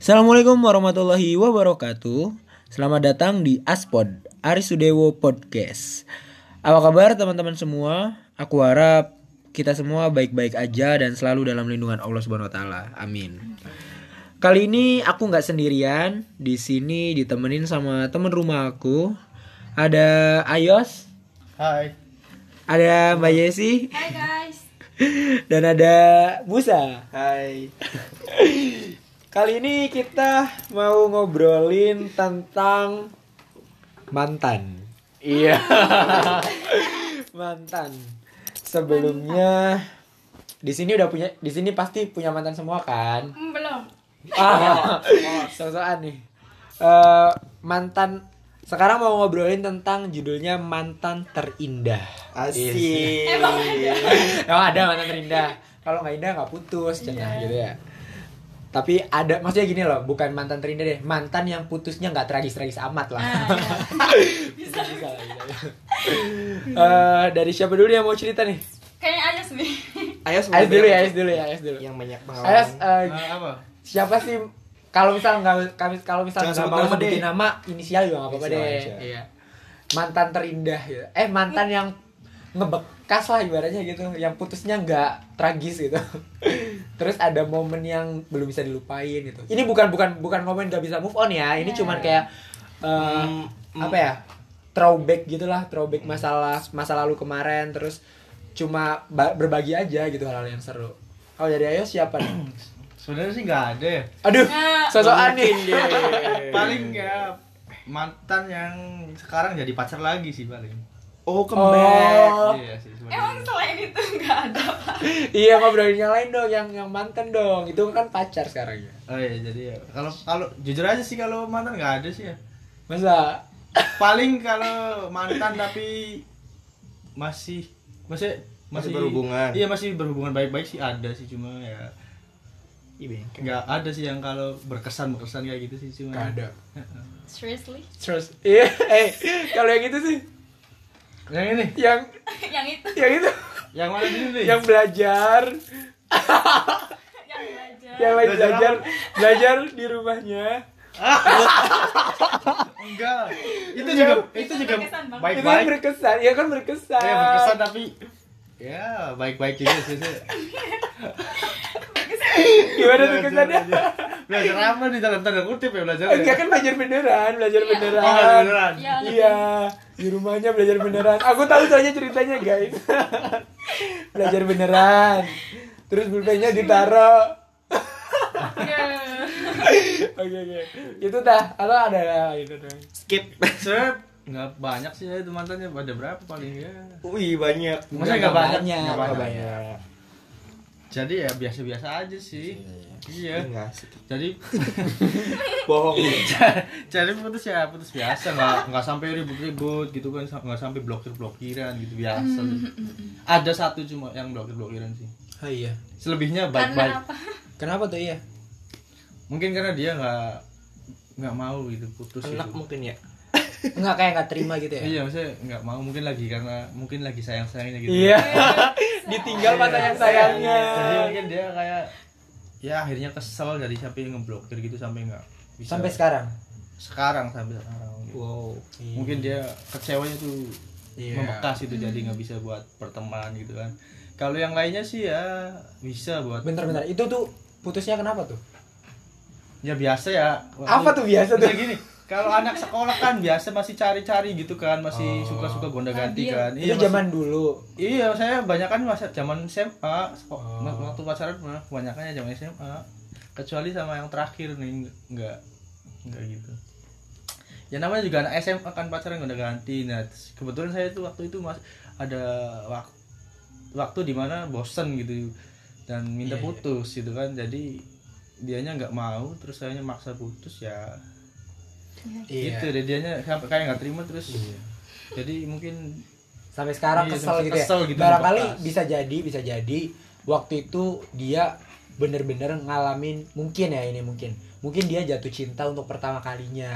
Assalamualaikum warahmatullahi wabarakatuh. Selamat datang di Aspod, Aris Sudewo Podcast. Apa kabar teman-teman semua? Aku harap kita semua baik-baik aja dan selalu dalam lindungan Allah Subhanahu wa taala. Amin. Kali ini aku nggak sendirian. Di sini ditemenin sama teman rumah aku. Ada Ayos. Hai. Ada Mbak Yesi. Hai guys. Dan ada Musa. Hai. Kali ini kita mau ngobrolin tentang mantan. Iya. Mantan. Sebelumnya di sini pasti punya mantan semua kan? Belum. So-soan nih. Mantan. Sekarang mau ngobrolin tentang judulnya mantan terindah. Asik. Emang ada? Emang ada mantan terindah. Kalau nggak indah nggak putus, gitu ya. Tapi ada, maksudnya gini loh, bukan mantan terindah deh, mantan yang putusnya nggak tragis-tragis amat lah. Bisa. Dari siapa dulu yang mau cerita nih? Kayaknya Ayas nih. Ayas dulu ya. Yang banyak pengalaman. Ayas, apa? siapa sih? Kalau misal nggak Jangan sebut mau nama sebutin deh. nama, inisial juga nggak apa-apa Inisial deh. aja. Iya. Mantan terindah gitu. Mantan yang ngebekas lah ibaratnya gitu, yang putusnya nggak tragis gitu. Terus ada momen yang belum bisa dilupain gitu. Ini bukan momen nggak bisa move on ya. Ini cuman kayak apa ya? Throwback gitulah, throwback masa lalu kemarin. Terus cuma berbagi aja gitu hal-hal yang seru. Kalau dari Ayo siapa nih? Sebenarnya sih nggak ada ya. Aduh, sosokan nih. Paling kayak mantan yang sekarang jadi pacar lagi sih paling. Oh, comeback. Oh. Iya sih Emang sebenarnya. selain itu nggak ada Pak? Iya, ngobrolin yang lain dong, yang mantan dong. Itu kan pacar sekarang ya. Oh iya jadi ya. Kalau jujur aja sih kalau mantan nggak ada sih ya. Masa Paling kalau mantan tapi masih berhubungan. Iya masih berhubungan baik-baik sih ada sih, cuma ya Bengkel. nggak ada sih yang kalau berkesan kayak gitu sih, cuma nggak ada. Seriously? Terus iya, kalau yang itu sih, Yang ini, yang Yang itu. yang mana dulu nih? yang belajar, Yang belajar. yang belajar di rumahnya. Enggak. Itu Itu juga berkesan, Bang. Itu kan baik-baik. berkesan, ya kan berkesan. Ya berkesan tapi ya baik-baik juga sih. Gimana tuh kesannya? Belajar apa nih dalam tanda kutip ya belajar? Enggak kan belajar beneran. Oh, beneran. Iya. Iya, di rumahnya belajar beneran. Aku tahu soalnya ceritanya guys. Belajar beneran. Terus pulpennya ditaruh. Oke. Itu dah. Kalau ada itu dong. Skip. Sebenarnya nggak banyak sih ya itu mantannya, ada berapa paling ya? Wih, banyak. Maksudnya nggak banyak. Nggak banyak. Jadi ya biasa-biasa aja sih. Iya. Enggak asik. Jadi Bohong. jadi putus biasa, nggak sampai ribut-ribut gitu kan, nggak sampai blokir-blokiran gitu biasa. Ada satu cuma yang blokir-blokiran sih. Oh iya. Selebihnya Karena baik-baik. apa? Kenapa tuh iya? Mungkin karena dia nggak mau gitu putus Enak gitu. mungkin ya. Enggak kayak enggak terima gitu ya? Iya, maksudnya nggak mau, mungkin lagi sayang-sayangnya gitu. Iya. Ditinggal pas sayang-sayangnya. Jadi mungkin dia kayak ya akhirnya kesel dari sampai ngeblokir gitu sampai nggak bisa. Sampai sekarang. Sampai sekarang. Gitu. Wow. Mungkin dia kecewanya tuh Iya. membekas itu, jadi nggak bisa buat pertemanan gitu kan. Kalau yang lainnya sih ya bisa buat. Bentar. Itu tuh putusnya kenapa tuh? Ya biasa ya. Apa tuh biasa tuh? Kayak gini. Kalau anak sekolah kan biasa masih cari-cari gitu kan, masih suka-suka gonta-ganti Labil. kan. Itu masih- zaman dulu. Iya, saya banyak kan masa zaman SMA, Oh. waktu pacaran mah kebanyakannya zaman SMA. Kecuali sama yang terakhir nih enggak gitu. Ya namanya juga anak SMA kan pacaran gonta-ganti. Nah, kebetulan saya tuh waktu itu ada waktu di mana bosen gitu dan minta Iya. putus gitu kan. Jadi dianya nggak mau, terus sayanya maksa putus ya. Iya. Gitu deh, dianya sampai kayak nggak terima terus. Iya. Jadi mungkin Sampai sekarang Iya, kesel sampai gitu ya. kesel gitu, Barangkali membekas. bisa jadi waktu itu dia bener-bener ngalamin, mungkin dia jatuh cinta untuk pertama kalinya.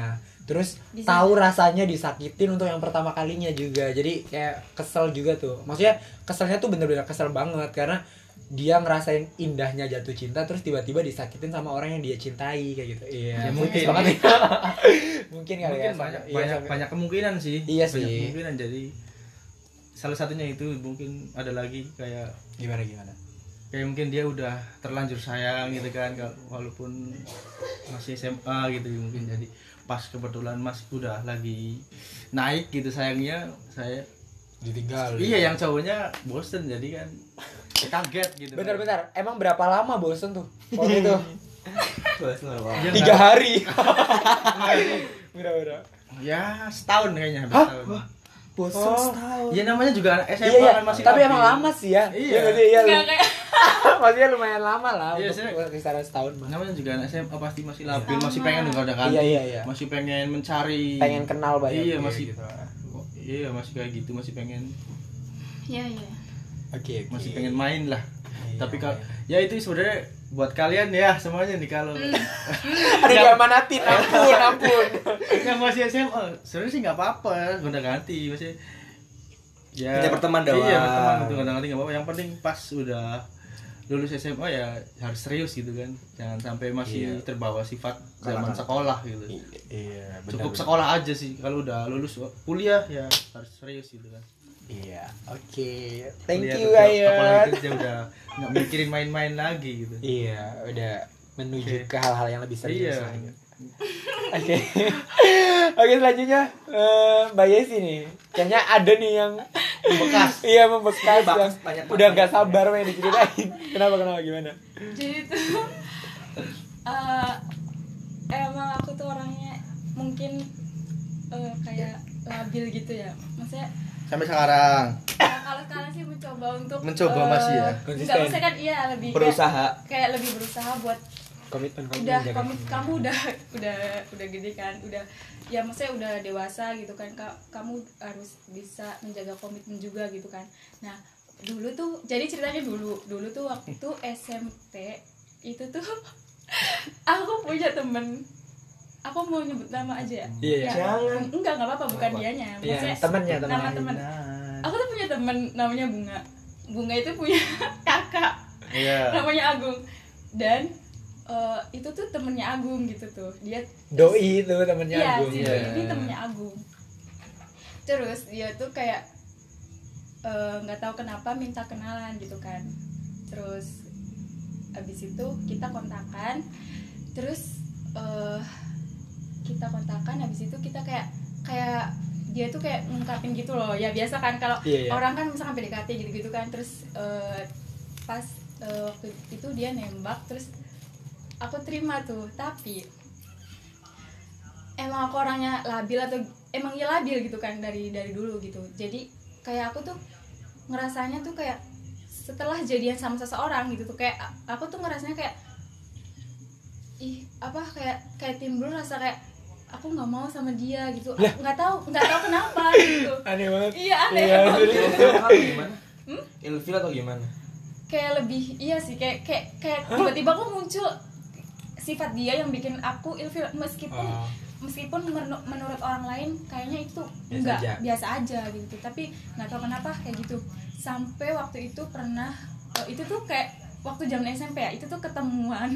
terus Bisa. tahu rasanya disakitin untuk yang pertama kalinya juga, jadi kayak kesel juga tuh, maksudnya keselnya tuh bener-bener kesel banget karena dia ngerasain indahnya jatuh cinta terus tiba-tiba disakitin sama orang yang dia cintai kayak gitu. Iya, Ya, mungkin. banget ya. Mungkin kali ya. Mungkin banyak, Iya, banyak, sampai- banyak kemungkinan sih. Iya Banyak sih. kemungkinan, jadi salah satunya itu mungkin ada lagi kayak gimana. kayak mungkin dia udah terlanjur sayang gitu kan, walaupun masih SMA gitu mungkin, jadi pas kebetulan Mas udah lagi naik gitu sayangnya, saya Ditinggal. iya yang cowoknya bosen jadi kan kaget gitu. Bentar, emang berapa lama bosen tuh? Waktu itu Bahas normal. Dia 3 nggak- hari. Berapa? Ya setahun kayaknya, habis Hah? setahun. Bosan setahun. Ya namanya juga anak SMA Iya, kan masih tapi labil. emang lama sih ya. Iya. nggak sih? Iya. Nggak kayak Maksudnya lumayan lama lah Iya, untuk saya- kisaran setahun mah. Namanya juga anak SMA pasti masih labil, Sama. masih pengen udah ganti, Iya. masih pengen mencari, Pengen kenal banyak. Iya, dia masih gitu. iya masih kayak gitu, masih pengen Iya, iya. Oke. masih pengen main lah. Iya, Tapi kalau iya. ya itu sebenarnya buat kalian ya semuanya nih kalau ada diamanatin, ampun. yang masih SMA sebenarnya sih nggak apa-apa gonta ganti, masih ya Kita berteman doang. iya berteman itu gonta ganti nggak apa-apa, yang penting pas udah lulus SMA ya harus serius gitu kan, jangan sampai masih Iya. terbawa sifat zaman Kalangan. sekolah gitu. Iya, Cukup sekolah aja sih, kalau udah lulus kuliah ya harus serius gitu kan. Iya, oke. Thank Kuliah you, kerja, apalagi Ayat. kerja udah nggak mikirin main-main lagi gitu. Iya, udah menuju Oke. ke hal-hal yang lebih serius. Iya. lah, gitu. Oke. Oke, selanjutnya Mbak Yesi nih. Kayaknya ada nih yang Bekas. iya, membekas Bakas, yang banyak udah nggak banget. sabar main diceritain. Kenapa gimana? Jadi tuh emang aku tuh orangnya mungkin kayak labil gitu ya. Maksudnya Sampai sekarang kalau sekarang sih mencoba untuk Mencoba masih ya? Enggak, Konsisten. maksudnya kan iya lebih Berusaha. kayak lebih berusaha buat Komitmen udah menjaga kamu udah gede kan, udah ya maksudnya udah dewasa gitu kan, kamu harus bisa menjaga komitmen juga gitu kan. Nah dulu tuh jadi ceritanya dulu tuh waktu SMP itu tuh aku punya temen, aku mau nyebut nama aja ya. Iya, Ya, jangan. enggak apa-apa, bukan Apa? dianya, Iya, maksudnya temennya. nama temen. Aku tuh punya temen namanya Bunga itu punya kakak iya namanya Agung, dan itu tuh temennya Agung gitu tuh, dia Doi itu temennya iya Agung. si Iya. Doi ini temennya Agung. Terus dia tuh kayak nggak tahu kenapa minta kenalan gitu kan. Terus abis itu kita kontakan, terus habis itu kita kayak dia tuh kayak ngungkapin gitu loh ya, biasa kan kalau Iya, iya. orang kan misalkan PDKT gitu-gitu kan. Terus pas waktu itu dia nembak, terus aku terima tuh, tapi emang aku orangnya labil atau emang ya labil gitu kan dari dulu gitu. Jadi kayak aku tuh ngerasanya tuh kayak setelah jadian sama seseorang gitu tuh kayak aku tuh ngerasanya kayak kayak timbul rasa kayak aku nggak mau sama dia gitu. Nggak tahu kenapa gitu. Aneh banget. Iya aneh. Iya, emang. serius. Ilfil atau gimana? Hmm? Ilfil atau gimana? Kayak lebih iya sih kayak tiba-tiba kok muncul sifat dia yang bikin aku ilfil, meskipun menurut orang lain kayaknya itu biasa aja gitu, tapi nggak tahu kenapa kayak gitu. Sampai waktu itu pernah itu tuh kayak waktu zaman SMP ya, itu tuh ketemuan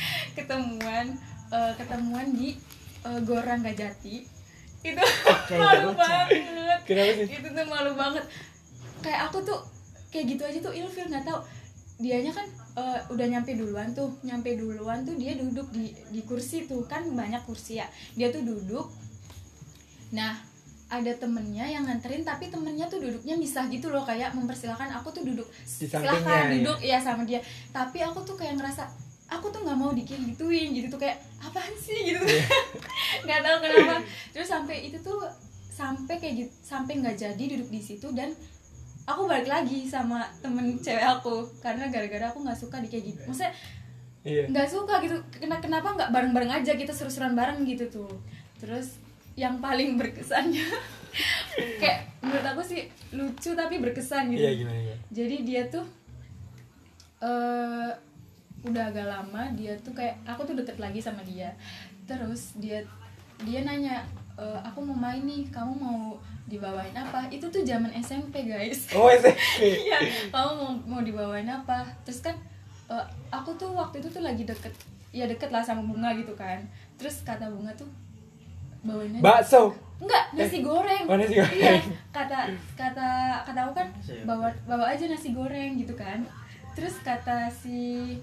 di Gor Ranggajati itu. Malu banget. Kenapa sih? Itu tuh malu banget, kayak aku tuh kayak gitu aja tuh ilfil, nggak tahu dianya kan udah nyampe duluan tuh dia duduk di kursi tuh kan, banyak kursi ya, dia tuh duduk. Nah ada temennya yang nganterin, tapi temennya tuh duduknya misah gitu loh, kayak mempersilahkan aku tuh duduk Di silahkan sampingnya, duduk ya sama dia. Tapi aku tuh kayak ngerasa aku tuh nggak mau gituin gitu tuh, kayak apaan sih gitu. Nggak tahu kenapa. Terus sampai itu tuh sampai kayak gitu, sampai nggak jadi duduk di situ, dan aku balik lagi sama temen cewek aku karena gara-gara aku nggak suka di kayak gitu. Maksudnya Iya. nggak suka gitu, kenapa nggak bareng-bareng aja kita seru-seruan bareng gitu tuh. Terus yang paling berkesannya kayak menurut aku sih lucu tapi berkesan gitu. Iya, gimana ya? Jadi dia tuh udah agak lama, dia tuh kayak aku tuh deket lagi sama dia. Terus dia nanya aku mau main nih, kamu mau dibawain apa? Itu tuh zaman SMP guys. Oh SMP. Iya, kamu mau dibawain apa? Terus kan aku tuh waktu itu tuh lagi deket lah sama Bunga gitu kan. Terus kata Bunga tuh bawain aja Bakso. enggak, nasi goreng. Oh, nasi goreng. Iya, kata aku kan bawa aja nasi goreng gitu kan. Terus kata si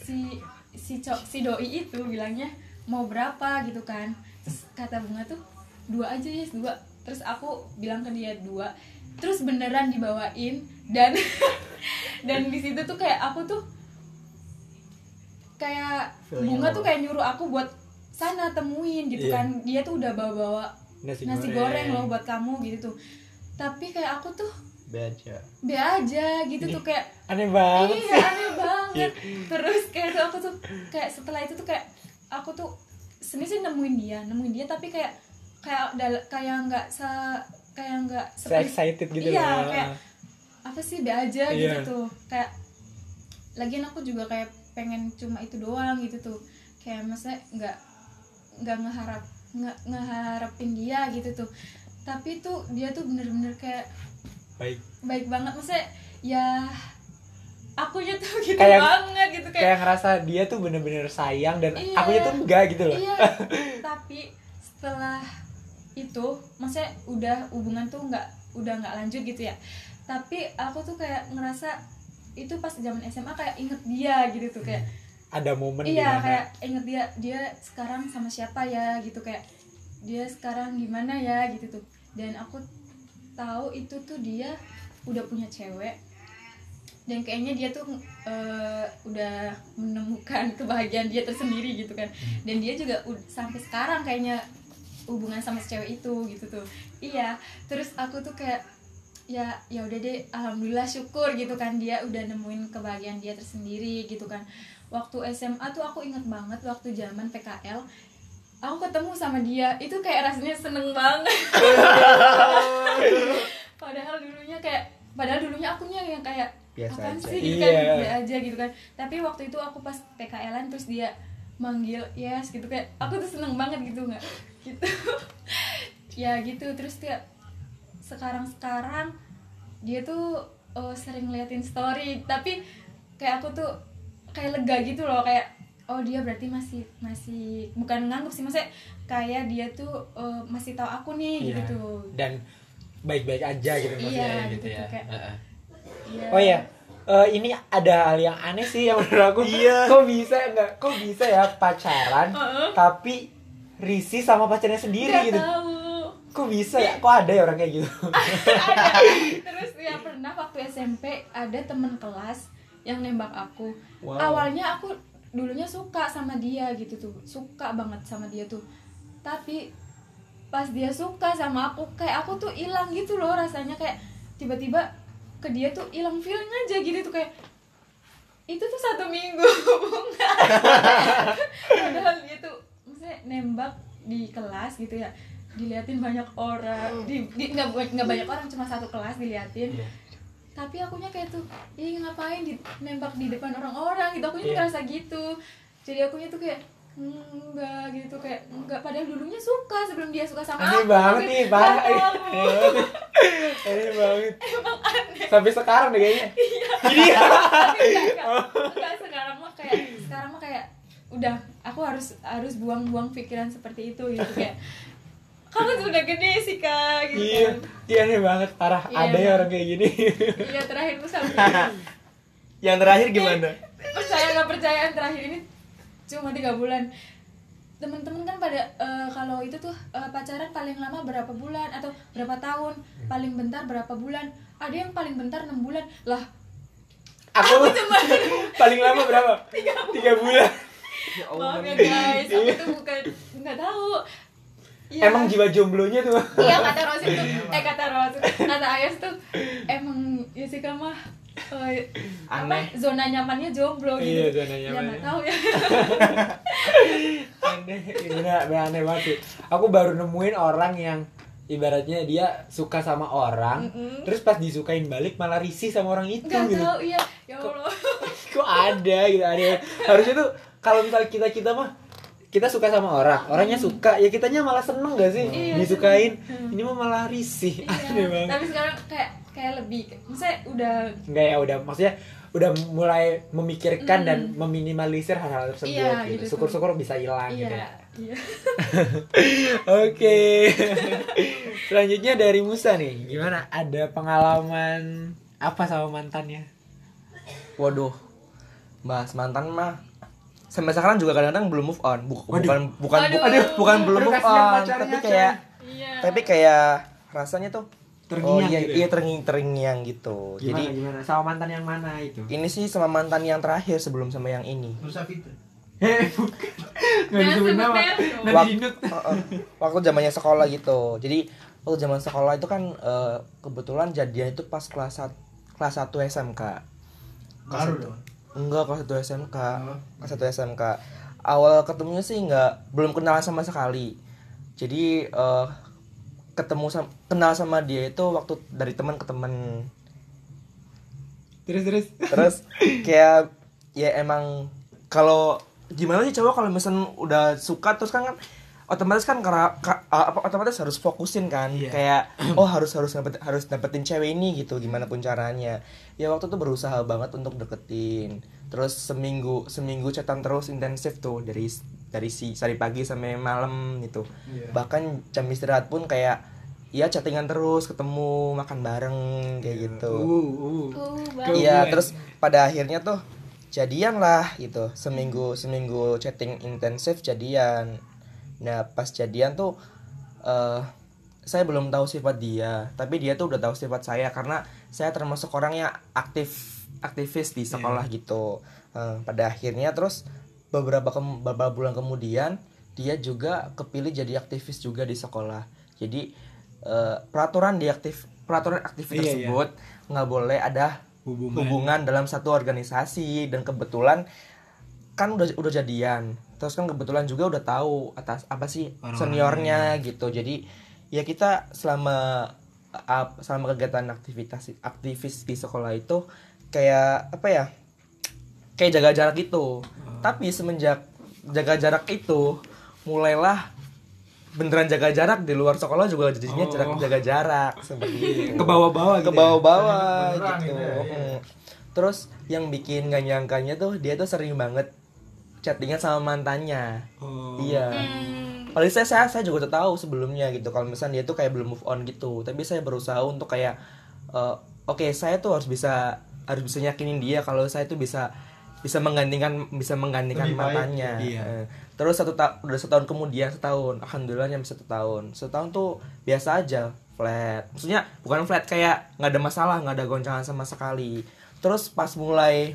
doi itu bilangnya mau berapa gitu kan. Terus kata Bunga tuh 2 aja ya, 2. Terus aku bilang ke dia 2. Terus beneran dibawain dan dan di situ tuh kayak aku tuh kayak Bunga tuh kayak nyuruh aku buat sana temuin gitu kan. Dia tuh udah bawa nasi goreng loh buat kamu gitu tuh. Tapi kayak aku tuh be aja gitu tuh kayak aneh banget. Iya, aneh banget. Terus kayak tuh aku tuh kayak setelah itu tuh kayak aku tuh sebenarnya nemuin dia tapi kayak nggak excited gitu. Iya, kayak apa sih be aja gitu tuh. Kayak lagian aku juga kayak pengen cuma itu doang gitu tuh. Kayak maksudnya nggak ngeharapin dia gitu tuh. Tapi tuh dia tuh bener-bener kayak baik banget, maksudnya ya akunya tuh gitu kayak, banget gitu kayak ngerasa dia tuh bener-bener sayang dan akunya tuh enggak gitu loh. Iya. Tapi setelah itu maksudnya hubungan tuh udah nggak lanjut gitu ya. Tapi aku tuh kayak ngerasa itu pas zaman SMA kayak inget dia gitu tuh, kayak ada momen iya dimana? Kayak inget dia sekarang sama siapa ya gitu, kayak dia sekarang gimana ya gitu tuh. Dan aku tahu itu tuh dia udah punya cewek dan kayaknya dia tuh udah menemukan kebahagiaan dia tersendiri gitu kan. Dan dia juga sampai sekarang kayaknya hubungan sama cewek itu gitu tuh. Iya, terus aku tuh kayak ya udah deh, alhamdulillah, syukur gitu kan dia udah nemuin kebahagiaan dia tersendiri gitu kan. Waktu SMA tuh aku inget banget waktu zaman PKL aku ketemu sama dia, itu kayak rasanya seneng banget. Padahal dulunya akunya yang kayak biasa apaan aja sih gitu kan, biasa aja gitu kan. Tapi waktu itu aku pas PKL-an terus dia manggil yes gitu, kayak aku tuh seneng banget gitu, nggak gitu. Ya gitu. Terus dia sekarang dia tuh sering ngeliatin story, tapi kayak aku tuh kayak lega gitu loh, kayak oh dia berarti masih bukan nganggep sih, maksudnya kayak dia tuh masih tahu aku nih gitu. Dan baik-baik aja gitu maksudnya gitu ya. Kayak, oh ya, ini ada hal yang aneh sih yang menurut aku. Kok bisa ya pacaran tapi risih sama pacarnya sendiri gak gitu. Tahu. Kok bisa ya? Kok ada ya orang kayak gitu? Ada. Terus ya pernah waktu SMP ada temen kelas yang nembak aku. Wow. Awalnya aku dulunya suka sama dia gitu tuh, suka banget sama dia tuh. Tapi pas dia suka sama aku, kayak aku tuh hilang gitu loh rasanya, kayak tiba-tiba ke dia tuh hilang feeling aja gitu tuh, kayak itu tuh 1 minggu. Padahal dia tuh maksudnya nembak di kelas gitu ya, diliatin banyak orang, nggak banyak orang, cuma 1 kelas diliatin. Tapi akunya kayak tuh, ngapain nembak di depan orang-orang gitu, akunya ngerasa gitu. Jadi akunya tuh kayak enggak gitu, kayak enggak, padahal dulunya suka sebelum dia suka sama aneh aku. Banget gitu. nih, parah. Aneh banget. Emang aneh. Sampai sekarang deh kayaknya. Iya. Enggak, sekarang mah kayak udah, aku harus buang-buang pikiran seperti itu gitu, kayak kamu tuh udah gede sih Kak gitu. Iya aneh banget, parah. Ada ya orang kayak gini. Iya, terakhir tuh sampai yang terakhir gimana? Percaya nggak percayaan, terakhir ini cuma 3 bulan. Temen-temen kan pada kalau itu tuh pacaran paling lama berapa bulan atau berapa tahun, paling bentar berapa bulan. Ada yang paling bentar 6 bulan lah. Aku cuma paling lama berapa? 3 bulan. Ya Allah. Maaf ya guys, aku tuh bukan nggak tahu. Ya. Emang jiwa jomblonya tuh. Iya, kata Rosin tuh, kata Ayas tuh emang Jessica mah aneh. Zona nyamannya jomblo gitu. Iya, zona nyamannya. Ya nggak tahu ya. Aneh banget sih. Aku baru nemuin orang yang ibaratnya dia suka sama orang, terus pas disukain balik malah risih sama orang itu. Gak gitu. tahu, iya. Ya Allah. Kok ada gitu, ada. Harusnya tuh kalau misalnya kita mah kita suka sama orang, orangnya suka, ya kitanya malah seneng gak sih disukain. Ini mah malah risih. Aneh banget. Tapi sekarang kayak lebih, maksudnya udah maksudnya udah mulai memikirkan dan meminimalisir hal-hal tersebut gitu. Syukur-syukur bisa hilang gitu. Iya. Oke. Selanjutnya dari Musa nih, gimana? Ada pengalaman apa sama mantannya? Waduh, bahas mantan mah sampai sekarang juga kadang-kadang belum move on. Bukan belum move on, tapi kayak rasanya tuh terngiang gitu. Iya terngiang gitu. Gimana sama mantan yang mana itu? Ini sih sama mantan yang terakhir sebelum sama yang ini. Bukan. Nggak disebut nama. Waktu zamannya sekolah gitu. Jadi waktu zaman sekolah itu kan kebetulan jadian itu pas kelas 1 SMK. Baru dong. Enggak, kelas 1 SMK. Kelas 1 SMK. Awal ketemunya sih belum kenal sama sekali. Jadi kenal sama dia itu waktu dari teman ke teman. Terus kayak ya emang kalau gimana sih cowok kalau misalnya udah suka terus kan otomatis kan otomatis harus fokusin kan. Kayak harus dapetin cewek ini gitu gimana pun caranya. Ya waktu itu berusaha banget untuk deketin. Terus seminggu chatan terus intensif tuh dari pagi sampai malam gitu. Bahkan jam istirahat pun kayak ya chattingan terus, ketemu, makan bareng kayak gitu. Iya, terus pada akhirnya tuh jadian lah gitu. Seminggu chatting intensif jadian. Nah, pas jadian tuh saya belum tahu sifat dia, tapi dia tuh udah tahu sifat saya karena saya termasuk orang yang aktivis di sekolah gitu. Pada akhirnya terus beberapa bulan kemudian dia juga kepilih jadi aktivis juga di sekolah. Jadi peraturan aktivis tersebut nggak boleh ada hubungan dalam satu organisasi, dan kebetulan kan udah jadian. Terus kan kebetulan juga udah tahu atas apa sih seniornya gitu. Jadi ya kita selama kegiatan aktivis di sekolah itu kayak apa ya? Kayak jaga jarak gitu. Tapi semenjak jaga jarak itu mulailah beneran jaga jarak, di luar sekolah juga jadinya jaga jarak seperti itu. Ke bawah-bawah gitu. Terus yang bikin gak nyangkanya tuh dia tuh sering banget chattingan sama mantannya. Iya. Paling saya juga udah tahu sebelumnya gitu kalau misalnya dia tuh kayak belum move on gitu. Tapi saya berusaha untuk kayak oke, saya tuh harus bisa yakinin dia kalau saya tuh bisa menggantikan mantannya. Terus udah setahun kemudian, alhamdulillah nyampe 1 tahun. 1 tahun tuh biasa aja, flat. Maksudnya bukan flat kayak nggak ada masalah, nggak ada goncangan sama sekali. Terus pas mulai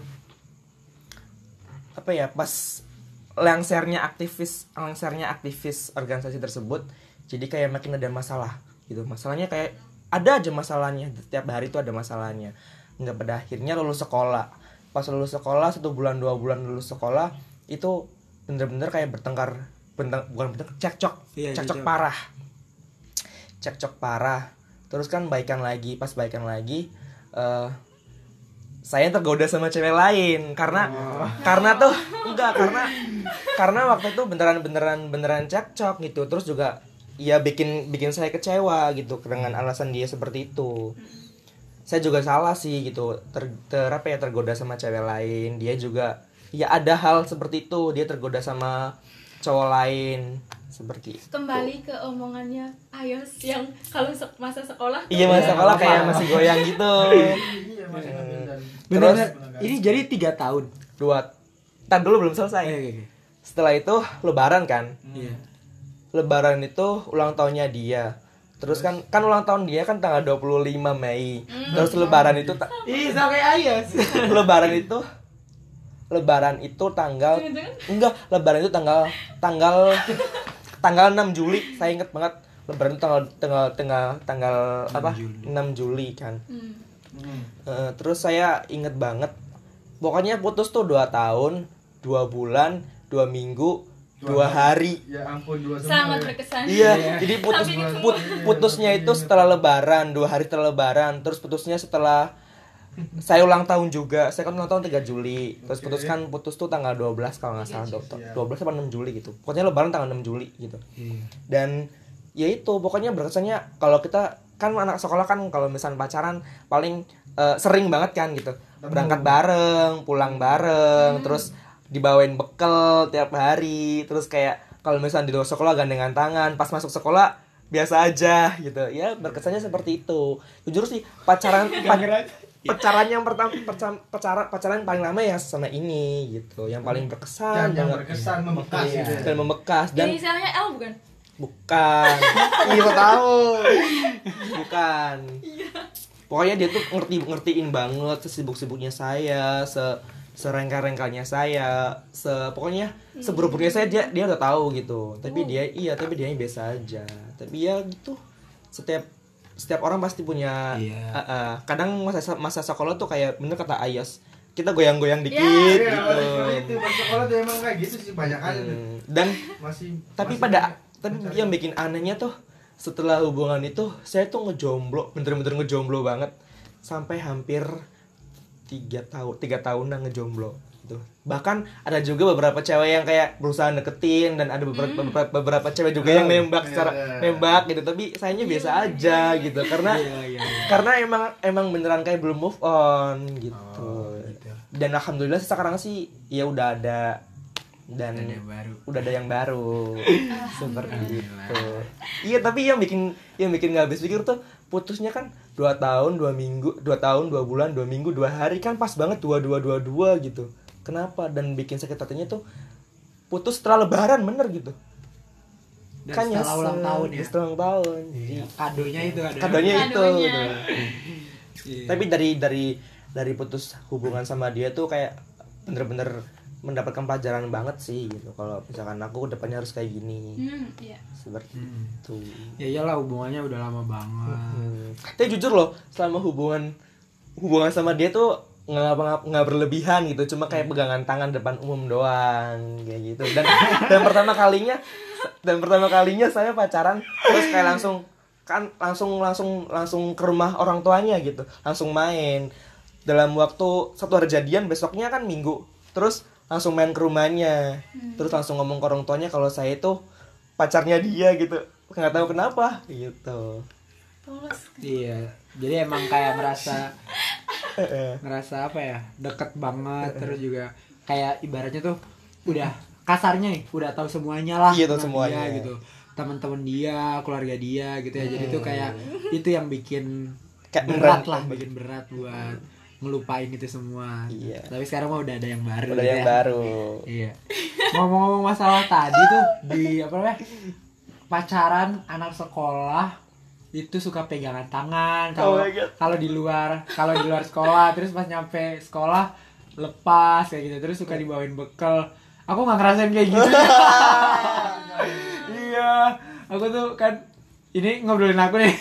pas lengsernya aktivis organisasi tersebut, jadi kayak makin ada masalah gitu. Masalahnya kayak ada aja masalahnya, setiap hari itu ada masalahnya. Nggak, pada akhirnya lulus sekolah. Pas lulus sekolah 1 bulan 2 bulan lulus sekolah itu bener-bener kayak cekcok parah. Terus kan baikan lagi. Pas baikan lagi saya tergoda sama cewek lain karena waktu itu beneran cekcok gitu. Terus juga ya bikin saya kecewa gitu dengan alasan dia seperti itu. Saya juga salah sih gitu, tergoda sama cewek lain. Dia juga ya ada hal seperti itu, dia tergoda sama cowok lain seperti itu. Kembali ke omongannya Ayos yang kalau masa sekolah iya, masa sekolah kayak masih goyang gitu. Terus ini jadi 3 tahun. 2 tahun dulu belum selesai. Setelah itu lebaran kan. Lebaran itu ulang tahunnya dia. Terus kan ulang tahun dia kan tanggal 25 Mei. Terus lebaran itu kayak Ayos. Lebaran itu tanggal tanggal 6 Juli. Saya inget banget lebaran itu tanggal apa? 6 Juli kan. Terus saya inget banget. Pokoknya putus tuh 2 tahun, 2 bulan, 2 minggu, 2 hari. Ya ampun, 2 semua. Sangat berkesan. Iya, jadi putusnya itu setelah lebaran, 2 hari setelah lebaran. Terus putusnya setelah saya ulang tahun juga. Saya kan ulang tahun 3 Juli. Terus putus tuh tanggal 12 kalau nggak salah. 12 apa 6 Juli gitu. Pokoknya lebaran tanggal 6 Juli gitu. Dan ya itu pokoknya berkesannya kalau kita kan anak sekolah kan kalau misalnya pacaran paling sering banget kan gitu. Berangkat bareng, pulang bareng, terus dibawain bekal tiap hari. Terus kayak kalau misalnya di luar sekolah gandengan tangan, pas masuk sekolah biasa aja gitu. Ya berkesannya seperti itu. Jujur sih pacaran yang pertama pacaran paling lama ya sama ini gitu. Yang paling berkesan yang berkesan membekas gitu. Dan membekas dan inisialnya L bukan? Bukan. Iya tahu. Bukan. Pokoknya dia tuh ngertiin banget sesibuk-sibuknya saya, serengka-rengkanya saya, pokoknya seburuk-buruknya saya dia udah tahu gitu. Tapi dia biasa aja. Tapi ya gitu. Setiap orang pasti punya kadang masa sekolah tuh kayak bener kata Ayos, kita goyang-goyang dikit gitu. Itu pas sekolah tuh emang kayak gitu sih banyak kan. Dan tapi yang bikin anehnya tuh setelah hubungan itu saya tuh ngejomblo, bener-bener ngejomblo banget sampai hampir 3 tahunan ngejomblo gitu. Bahkan ada juga beberapa cewek yang kayak berusaha deketin dan ada beberapa cewek juga yang nembak gitu, tapi sayanya biasa aja gitu karena emang beneran kayak belum move on gitu. Dan alhamdulillah sekarang sih ya udah ada yang baru seperti itu. Iya, tapi yang bikin nggak habis pikir tuh putusnya kan 2 tahun 2 minggu, 2 tahun 2 bulan 2 minggu 2 hari, kan pas banget 22 gitu. Kenapa? Dan bikin sakit hatinya tuh putus setelah lebaran bener gitu. Dan kan setelah ulang tahun ya. Setelah ulang tahun. Iya. Kadonya itu. Gitu. Tapi dari putus hubungan sama dia tuh kayak bener-bener mendapatkan pelajaran banget sih gitu. Kalau misalkan aku depannya harus kayak gini. Seperti itu. Ya iyalah, hubungannya udah lama banget. Tapi jujur loh, selama hubungan sama dia tuh nggak berlebihan gitu, cuma kayak pegangan tangan depan umum doang kayak gitu. Dan pertama kalinya saya pacaran terus kayak langsung ke rumah orang tuanya gitu, langsung main. Dalam waktu 1 hari jadian, besoknya kan Minggu, terus langsung main ke rumahnya, terus langsung ngomong ke orang tuanya kalau saya itu pacarnya dia gitu, nggak tahu kenapa gitu. Iya, jadi emang kayak ngerasa apa ya, deket banget. Terus juga kayak ibaratnya tuh udah kasarnya nih, udah tahu semuanya lah. Iya, tahu semuanya dia, gitu, teman-teman dia, keluarga dia gitu ya. Jadi tuh kayak itu yang bikin berat buat ngelupain itu semua. Iya. Tapi sekarang mah udah ada yang baru. Iya. Ngomong-ngomong masalah tadi tuh di apa namanya, pacaran anak sekolah itu suka pegangan tangan kalau di luar sekolah, terus pas nyampe sekolah lepas kayak gitu, terus suka dibawain bekal. Aku nggak ngerasain kayak gitu. Iya, aku tuh kan ini ngobrolin aku nih.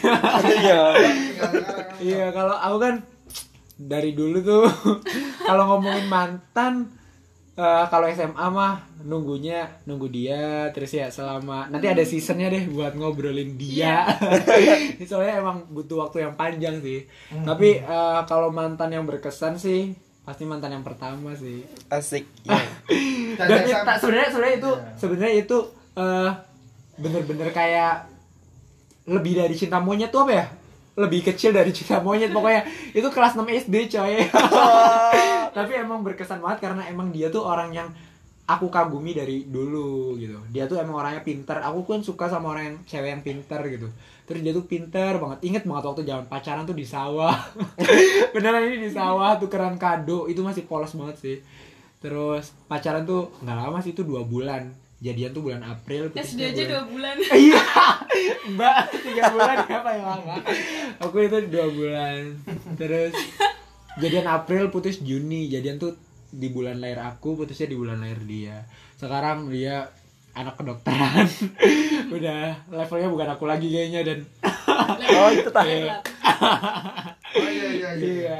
Iya, kalau aku kan dari dulu tuh kalau ngomongin mantan, kalau SMA mah nunggu dia terus ya selama nanti ada seasonnya deh buat ngobrolin dia. Soalnya emang butuh waktu yang panjang sih. Tapi kalau mantan yang berkesan sih pasti mantan yang pertama sih. Asik. Dan sebenarnya itu bener-bener kayak lebih dari cinta monyet tuh apa ya? Lebih kecil dari cinta monyet pokoknya. Itu kelas 6 SD coy. Tapi emang berkesan banget karena emang dia tuh orang yang aku kagumi dari dulu gitu. Dia tuh emang orangnya pintar. Aku kan suka sama orang yang cewek yang pintar gitu. Terus dia tuh pintar banget. Ingat banget waktu zaman pacaran tuh di sawah. Beneran ini di sawah tukeran kado. Itu masih polos banget sih. Terus pacaran tuh nggak lama sih, itu 2 bulan. Jadian tuh bulan April. SD aja 2 bulan. Iya. Mbak 3 bulan apa ya lama. Aku itu 2 bulan. Terus jadian April, putus Juni. Jadian tuh di bulan lahir aku, putusnya di bulan lahir dia. Sekarang dia anak kedokteran. Udah levelnya bukan aku lagi kayaknya. Dan oh itu tahu. Oh iya.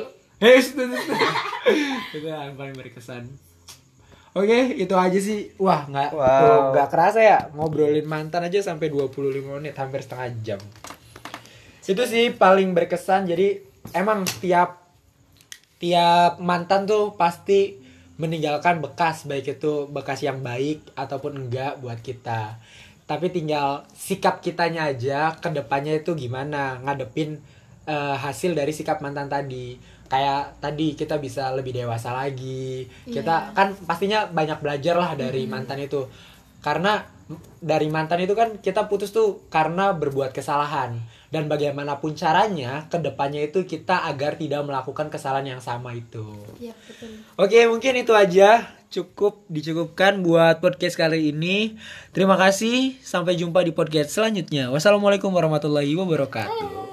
Itu yang paling berkesan. Oke, itu aja sih. Wah, nggak kerasa ya ngobrolin mantan aja sampai 25 menit, hampir setengah jam. Itu sih paling berkesan. Jadi emang setiap tiap mantan tuh pasti meninggalkan bekas, baik itu bekas yang baik ataupun enggak buat kita. Tapi tinggal sikap kitanya aja ke depannya itu gimana ngadepin hasil dari sikap mantan tadi. Kayak tadi kita bisa lebih dewasa lagi. Kita kan pastinya banyak belajar lah dari mantan itu. Karena dari mantan itu kan kita putus tuh karena berbuat kesalahan. Dan bagaimanapun caranya kedepannya itu kita agar tidak melakukan kesalahan yang sama itu. Iya, betul. Oke, mungkin itu aja. Dicukupkan buat podcast kali ini. Terima kasih. Sampai jumpa di podcast selanjutnya. Wassalamualaikum warahmatullahi wabarakatuh.